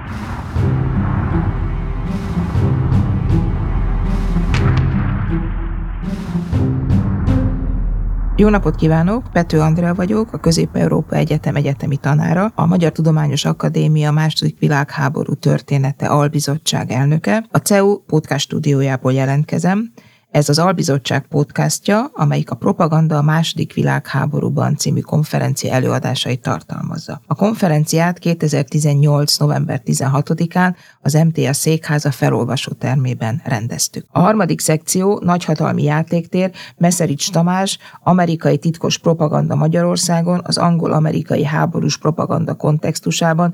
Jó napot kívánok! Pető Andrea vagyok, a Közép-Európa Egyetem egyetemi tanára, a Magyar Tudományos Akadémia II. Világháború története albizottság elnöke. A CEU podcast stúdiójából jelentkezem. Ez az albizottság podcastja, amelyik a Propaganda a II. Világháborúban című konferencia előadásait tartalmazza. A konferenciát 2018. november 16-án az MTA székháza felolvasótermében rendeztük. A harmadik szekció nagyhatalmi játéktér, Meszerics Tamás, amerikai titkos propaganda Magyarországon az angol-amerikai háborús propaganda kontextusában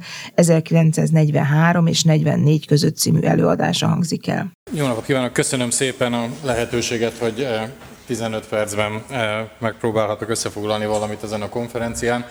1943 és 44 között című előadása hangzik el. Jó napot kívánok! Köszönöm szépen a lehetőséget, hogy 15 percben megpróbálhatok összefoglalni valamit ezen a konferencián.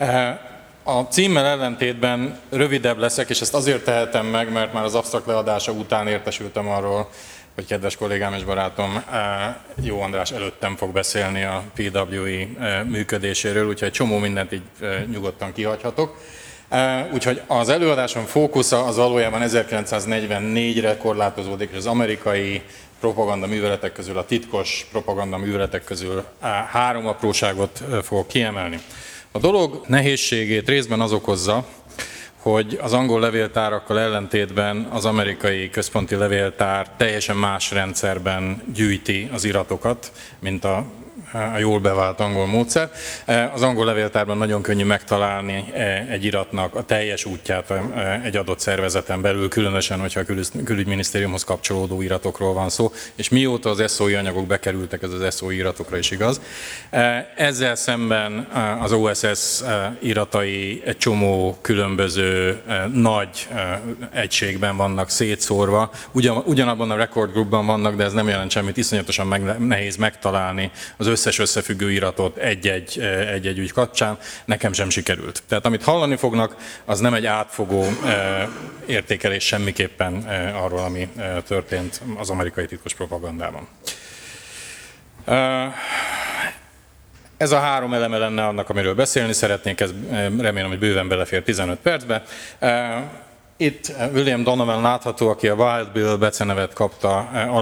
A címmel ellentétben rövidebb leszek, és ezt azért tehetem meg, mert már az absztrakt leadása után értesültem arról, hogy kedves kollégám és barátom Jó András előttem fog beszélni a PWI működéséről, úgyhogy egy csomó mindent így nyugodtan kihagyhatok. Úgyhogy az előadásom fókusza az valójában 1944-re korlátozódik, és az amerikai propaganda műveletek közül, a titkos propaganda műveletek közül 3 apróságot fogok kiemelni. A dolog nehézségét részben az okozza, hogy az angol levéltárakkal ellentétben az amerikai központi levéltár teljesen más rendszerben gyűjti az iratokat, mint a jól bevált angol módszer. Az angol levéltárban nagyon könnyű megtalálni egy iratnak a teljes útját egy adott szervezeten belül, különösen, hogyha a külügyminisztériumhoz kapcsolódó iratokról van szó, és mióta az SOI anyagok bekerültek, ez az SOI iratokra is igaz. Ezzel szemben az OSS iratai egy csomó különböző nagy egységben vannak szétszórva, ugyanabban a record groupban vannak, de ez nem jelent semmit, iszonyatosan nehéz megtalálni az összes összefüggő iratot egy-egy ügy kapcsán, nekem sem sikerült. Tehát amit hallani fognak, az nem egy átfogó értékelés semmiképpen arról, ami történt az amerikai titkos propagandában. Ez a 3 eleme lenne annak, amiről beszélni szeretnék, ez remélem, hogy bőven belefér 15 percbe. Itt William Donovan látható, aki a Wild Bill becenevet kapta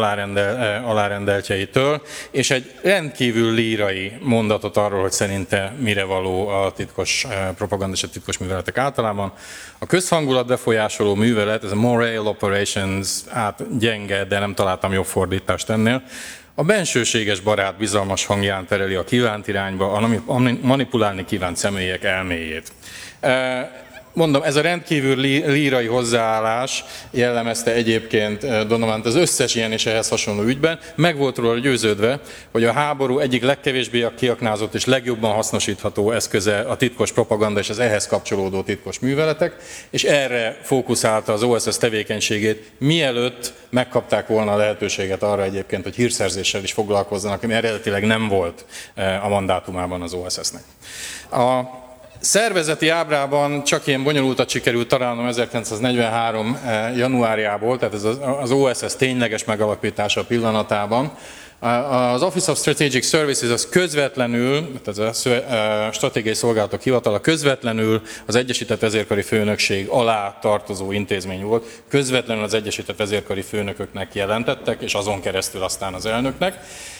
alárendeltjeitől, és egy rendkívül lírai mondatot arról, hogy szerinte mire való a titkos propaganda és a titkos műveletek általában. A közhangulat befolyásoló művelet, ez a Morale Operations, gyenge, de nem találtam jobb fordítást ennél. A bensőséges barát bizalmas hangján tereli a kívánt irányba a manipulálni kívánt személyek elméjét. Mondom, ez a rendkívül lírai hozzáállás jellemezte egyébként Donovant az összes ilyen és ehhez hasonló ügyben. Meg volt róla győződve, hogy a háború egyik legkevésbé kiaknázott és legjobban hasznosítható eszköze a titkos propaganda és az ehhez kapcsolódó titkos műveletek, és erre fókuszálta az OSS tevékenységét, mielőtt megkapták volna a lehetőséget arra egyébként, hogy hírszerzéssel is foglalkozzanak, ami eredetileg nem volt a mandátumában az OSS-nek. A szervezeti ábrában csak ilyen bonyolultat sikerült találnom 1943. januárjából, tehát ez az OSS tényleges megalapítása pillanatában. Az Office of Strategic Services az közvetlenül, tehát a stratégiai szolgálatok hivatala közvetlenül az Egyesített Vezérkari Főnökség alá tartozó intézmény volt, közvetlenül az Egyesített Vezérkari Főnököknek jelentettek, és azon keresztül aztán az elnöknek.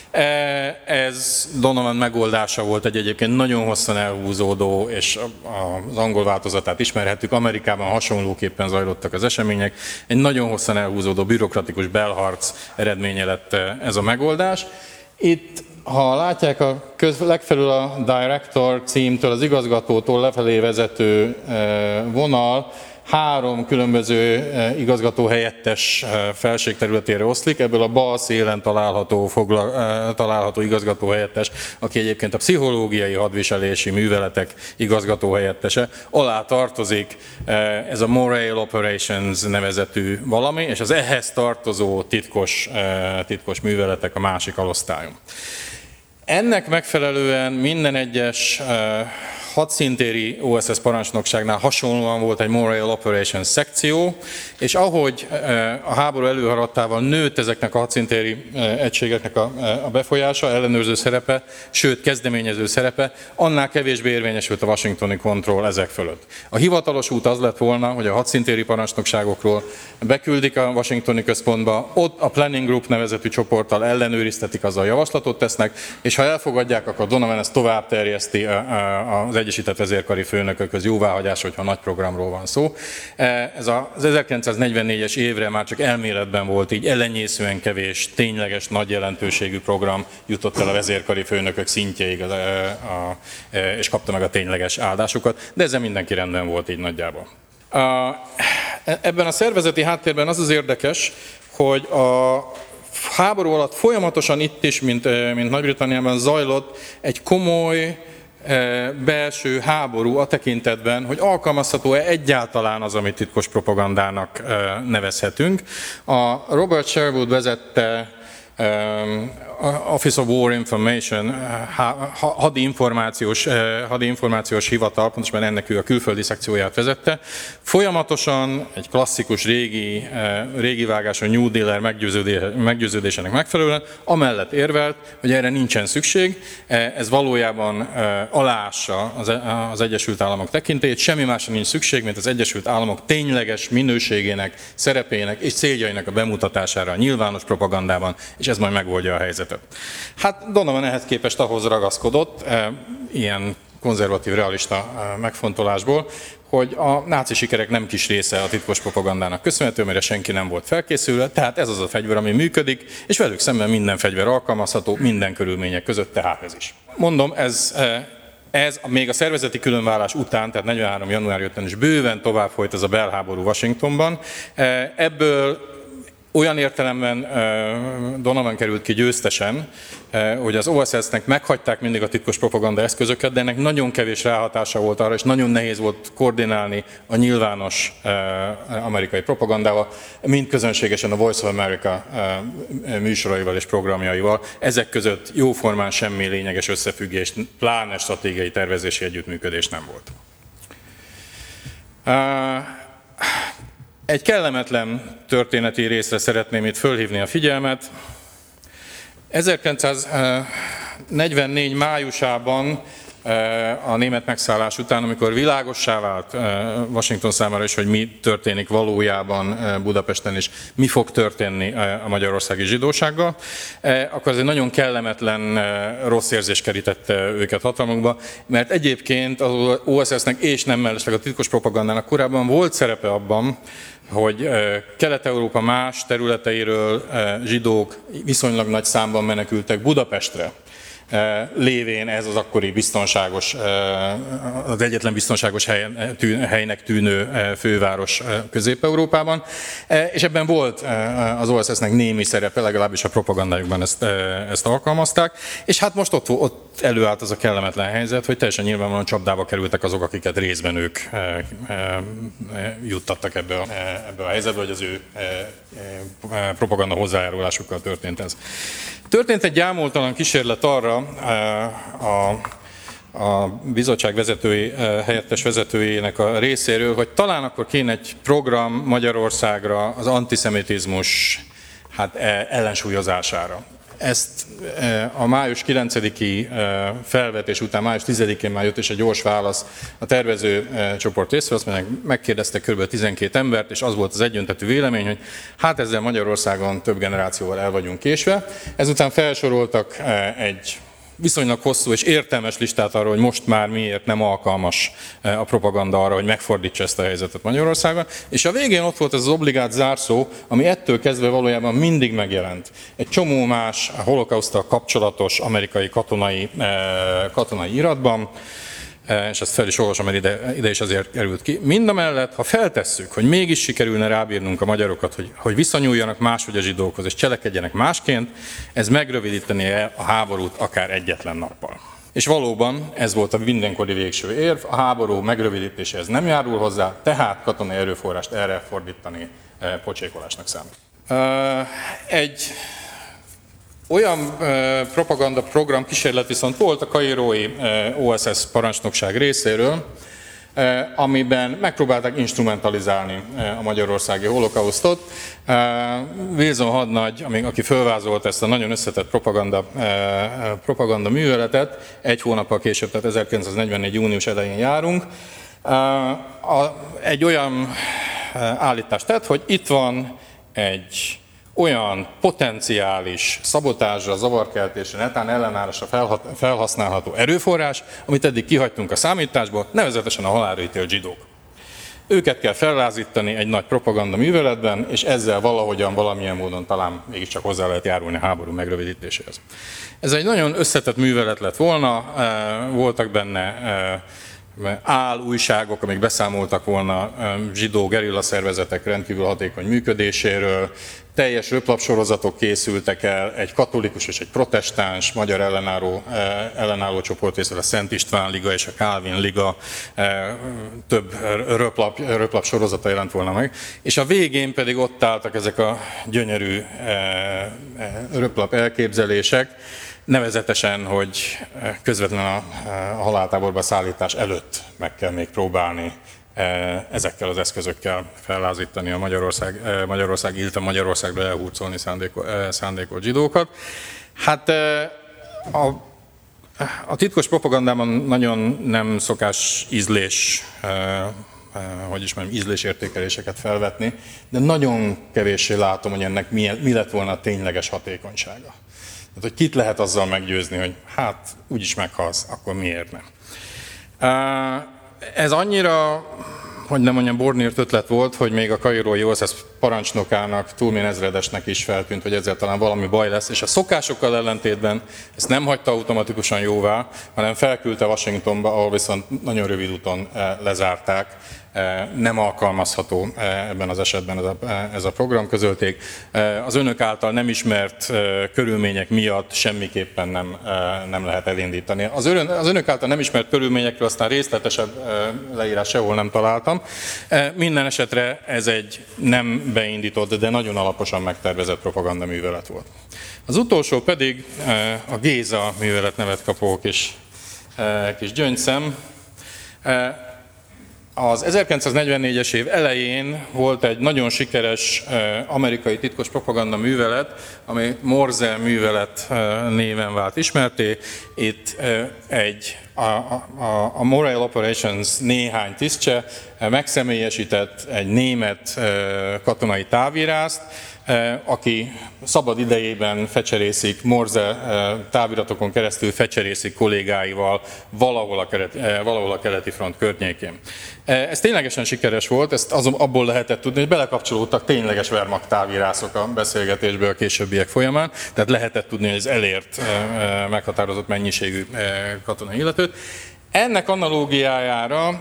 Ez Donovan megoldása volt egy egyébként nagyon hosszan elhúzódó, és az angol változatát ismerhettük, Amerikában hasonlóképpen zajlottak az események, egy nagyon hosszan elhúzódó bürokratikus belharc eredménye lett ez a megoldás. Itt, ha látják, legfelül a Director címtől, az igazgatótól lefelé vezető vonal 3 különböző igazgatóhelyettes felségterületére oszlik, ebből a bal szélen található igazgatóhelyettes, aki egyébként a pszichológiai hadviselési műveletek igazgatóhelyettese, alá tartozik ez a Morale Operations nevezetű valami, és az ehhez tartozó titkos műveletek a másik alosztályon. Ennek megfelelően minden egyes hadszintéri OSS parancsnokságnál hasonlóan volt egy Montreal Operations szekció, és ahogy a háború előhaladtával nőtt ezeknek a hadszintéri egységeknek a befolyása, ellenőrző szerepe, sőt kezdeményező szerepe, annál kevésbé érvényesült a washingtoni kontroll ezek fölött. A hivatalos út az lett volna, hogy a hadszintéri parancsnokságokról beküldik a washingtoni központba, ott a Planning Group nevezetű csoporttal ellenőriztetik, azzal javaslatot tesznek, és ha elfogadják, akkor Donovan ezt tovább terjeszti az Egyesített Vezérkari Főnökökhöz jóváhagyás, hogyha nagy programról van szó. Ez az 1944-es évre már csak elméletben volt így, ellenyészően kevés, tényleges nagy jelentőségű program jutott el a vezérkari főnökök szintjeig, és kapta meg a tényleges áldásukat, de ezzel mindenki rendben volt így nagyjából. Ebben a szervezeti háttérben az érdekes, hogy a háború alatt folyamatosan itt is, mint Nagy-Britanniában zajlott egy komoly belső háború a tekintetben, hogy alkalmazható-e egyáltalán az, amit titkos propagandának nevezhetünk. A Robert Sherwood vezette Office of War Information, hadi-információs hivatal, pontosan ennek ő a külföldi szekcióját vezette, folyamatosan egy klasszikus régi vágású New Dealer meggyőződésének megfelelően amellett érvelt, hogy erre nincsen szükség, ez valójában aláássa az Egyesült Államok tekintélyét, semmi másra nincs szükség, mint az Egyesült Államok tényleges minőségének, szerepének és céljainak a bemutatására a nyilvános propagandában, és ez majd megoldja a helyzetet. Hát Donovan ehhez képest ahhoz ragaszkodott, ilyen konzervatív, realista megfontolásból, hogy a náci sikerek nem kis része a titkos propagandának köszönhető, mert senki nem volt felkészülve, tehát ez az a fegyver, ami működik, és velük szemben minden fegyver alkalmazható, minden körülmények között, tehát ez is. Mondom, ez még a szervezeti különválás után, tehát 43. január 5-en is bőven tovább folyt ez a belháború Washingtonban. Ebből olyan értelemben Donovan került ki győztesen, hogy az OSS-nek meghagyták mindig a titkos propaganda eszközöket, de ennek nagyon kevés ráhatása volt arra, és nagyon nehéz volt koordinálni a nyilvános amerikai propagandával, mind közönségesen a Voice of America műsoraival és programjaival. Ezek között jóformán semmi lényeges összefüggés, pláne stratégiai tervezési együttműködés nem volt. Egy kellemetlen történeti részre szeretném itt fölhívni a figyelmet. 1944. májusában a német megszállás után, amikor világossá vált Washington számára is, hogy mi történik valójában Budapesten, és mi fog történni a magyarországi zsidósággal, akkor ez egy nagyon kellemetlen rossz érzés kerítette őket hatalmukba, mert egyébként az OSS-nek és nem mellesleg a titkos propagandának korábban volt szerepe abban, hogy Kelet-Európa más területeiről zsidók viszonylag nagy számban menekültek Budapestre, lévén ez az akkori biztonságos, az egyetlen biztonságos helynek tűnő főváros Közép-Európában, és ebben volt az OSS-nek némi szerepe, legalábbis a propagandájukban ezt alkalmazták, és hát most ott előállt az a kellemetlen helyzet, hogy teljesen nyilvánvalóan csapdába kerültek azok, akiket részben ők juttattak ebbe a helyzetbe, hogy az ő propaganda hozzájárulásukkal történt ez. Történt egy gyámoltalan kísérlet arra a bizottság helyettes vezetőjének a részéről, hogy talán akkor kéne egy program Magyarországra az antiszemitizmus ellensúlyozására. Ezt a május 9-i felvetés után, május 10-én már jött is egy gyors válasz a tervező csoport részről, azt megkérdeztek kb. 12 embert, és az volt az egyöntetű vélemény, hogy hát ezzel Magyarországon több generációval el vagyunk késve. Ezután felsoroltak egy viszonylag hosszú és értelmes listát arról, hogy most már miért nem alkalmas a propaganda arra, hogy megfordítsa ezt a helyzetet Magyarországon. És a végén ott volt ez az obligát zárszó, ami ettől kezdve valójában mindig megjelent. Egy csomó más holokauszttal kapcsolatos amerikai katonai iratban, és ezt fel is olvasom, mert ide is azért került ki. Mindamellett, ha feltesszük, hogy mégis sikerülne rábírnunk a magyarokat, hogy viszonyuljanak máshogy a zsidókhoz, és cselekedjenek másként, ez megrövidítené a háborút akár egyetlen nappal. És valóban ez volt a mindenkori végső érv, a háború megrövidítéséhez nem járul hozzá, tehát katonai erőforrást erre fordítani pocsékolásnak számít. Egy Olyan propaganda program kísérlet viszont volt a kairói OSS parancsnokság részéről, amiben megpróbálták instrumentalizálni a magyarországi holokausztot. Wilson hadnagy, aki fölvázolt ezt a nagyon összetett propaganda műveletet, egy hónappal később, tehát 1944. június elején járunk, egy olyan állítást tett, hogy itt van egy olyan potenciális szabotázsra, zavarkeltésre, netán ellenállásra felhasználható erőforrás, amit eddig kihagytunk a számításból, nevezetesen a halálra ítélt zsidók. Őket kell fellázítani egy nagy propaganda műveletben, és ezzel valahogyan, valamilyen módon talán mégiscsak hozzá lehet járulni a háború megrövidítéséhez. Ez egy nagyon összetett művelet lett volna, voltak benne újságok, amik beszámoltak volna zsidó gerilla szervezetek rendkívül hatékony működéséről, teljes röplapsorozatok készültek el, egy katolikus és egy protestáns magyar ellenálló csoport részéről, a Szent István Liga és a Calvin Liga, több röplap sorozata jelent volna meg, és a végén pedig ott álltak ezek a gyönyörű röplap elképzelések, nevezetesen, hogy közvetlenül a haláltáborba szállítás előtt meg kell még próbálni ezekkel az eszközökkel fellázítani a Magyarország, illetve Magyarországra elhurcolni szándékolt zsidókat. Hát a titkos propagandában nagyon nem szokás ízlésértékeléseket felvetni, de nagyon kevéssé látom, hogy ennek mi lett volna a tényleges hatékonysága. Tehát, hogy kit lehet azzal meggyőzni, hogy hát úgyis meghalsz, akkor miért nem. Ez annyira, hogy nem mondjam, bornírt ötlet volt, hogy még a kairói OSS parancsnokának, Tulmin ezredesnek is feltűnt, hogy ezzel talán valami baj lesz, és a szokásokkal ellentétben ezt nem hagyta automatikusan jóvá, hanem felküldte Washingtonba, ahol viszont nagyon rövid úton lezárták. Nem alkalmazható ebben az esetben ez a program, közölték. Az önök által nem ismert körülmények miatt semmiképpen nem lehet elindítani. Az önök által nem ismert körülményekről aztán részletesebb leírás sehol nem találtam. Minden esetre ez egy nem beindított, de nagyon alaposan megtervezett propagandaművelet volt. Az utolsó pedig a Géza művelet nevet kapó kis gyöngyszem. Az 1944-es év elején volt egy nagyon sikeres amerikai titkos propaganda művelet, ami Morse művelet néven vált ismerté. Itt a Morale Operations néhány tisztse megszemélyesített egy német katonai távirászt, aki szabad idejében fecserészik, Morse táviratokon keresztül fecserészik kollégáival valahol a keleti front környékén. Ez ténylegesen sikeres volt, ezt abból lehetett tudni, hogy belekapcsolódtak tényleges Wehrmacht távirászok a beszélgetésből a későbbiek folyamán, tehát lehetett tudni, hogy ez elért meghatározott mennyiségű katonai illetőt. Ennek analógiájára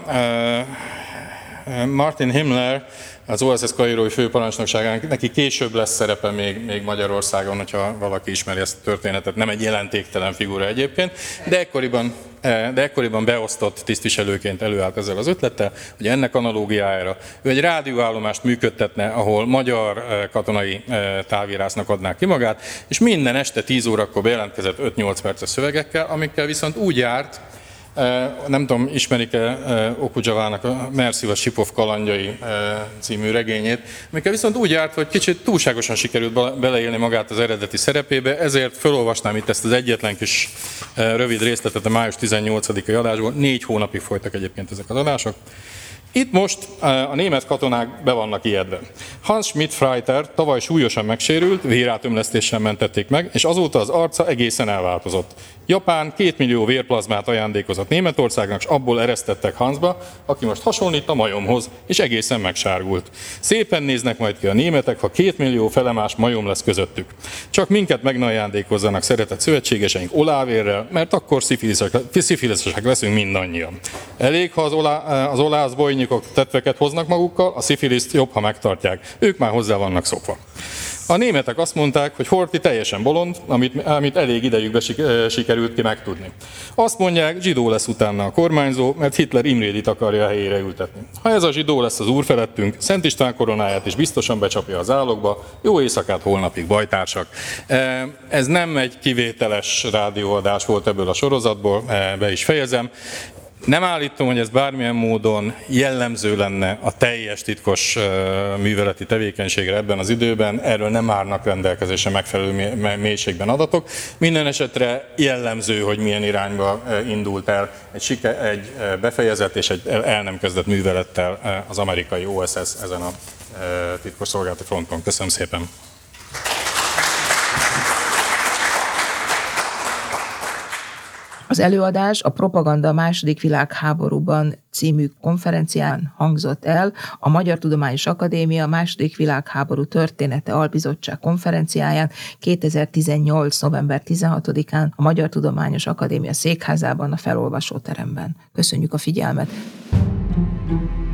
Martin Himmler, az OSS kairói főparancsnokságának, neki később lesz szerepe még Magyarországon, hogyha valaki ismeri ezt a történetet, nem egy jelentéktelen figura egyébként, de ekkoriban beosztott tisztviselőként előállt ezzel az ötlettel, hogy ennek analógiájára ő egy rádióállomást működtetne, ahol magyar katonai távirásznak adnák ki magát, és minden este 10 órakor bejelentkezett 5-8 perces szövegekkel, amikkel viszont úgy járt, nem tudom, ismerik-e Okudzsavának a Merszíva Sipov kalandjai című regényét, amikkel viszont úgy járt, hogy kicsit túlságosan sikerült beleélni magát az eredeti szerepébe, ezért felolvasnám itt ezt az egyetlen kis rövid részletet a május 18-ai adásból. 4 hónapig folytak egyébként ezek az adások. Itt most a német katonák be vannak ijedve. Hans Schmidt-Freiter tavaly súlyosan megsérült, vérátömlesztéssel mentették meg, és azóta az arca egészen elváltozott. Japán 2 millió vérplazmát ajándékozott Németországnak, és abból eresztettek Hansba, aki most hasonlít a majomhoz, és egészen megsárgult. Szépen néznek majd ki a németek, ha 2 millió felemás majom lesz közöttük. Csak minket meg ne ajándékozzanak szeretett szövetségeseink olávérrel, mert akkor szifiliszesek leszünk mindannyian. Elég, ha az olászbojnyikok tetveket hoznak magukkal, a szifiliszt jobb, ha megtartják. Ők már hozzá vannak szokva. A németek azt mondták, hogy Horthy teljesen bolond, amit elég idejükbe sikerült ki megtudni. Azt mondják, zsidó lesz utána a kormányzó, mert Hitler Imrédit akarja a helyére ültetni. Ha ez a zsidó lesz az úr felettünk, Szent István koronáját is biztosan becsapja az állokba. Jó éjszakát holnapig, bajtársak! Ez nem egy kivételes rádióadás volt ebből a sorozatból, be is fejezem. Nem állítom, hogy ez bármilyen módon jellemző lenne a teljes titkos műveleti tevékenységre ebben az időben, erről nem állnak rendelkezésre megfelelő mélységben adatok. Minden esetre jellemző, hogy milyen irányba indult el egy befejezett és egy el nem kezdett művelettel az amerikai OSS ezen a titkos szolgálati fronton. Köszönöm szépen! Az előadás a Propaganda a II. Világháborúban című konferencián hangzott el, a Magyar Tudományos Akadémia II. Világháború Története Albizottság konferenciáján 2018. november 16-án a Magyar Tudományos Akadémia székházában, a felolvasóteremben. Köszönjük a figyelmet!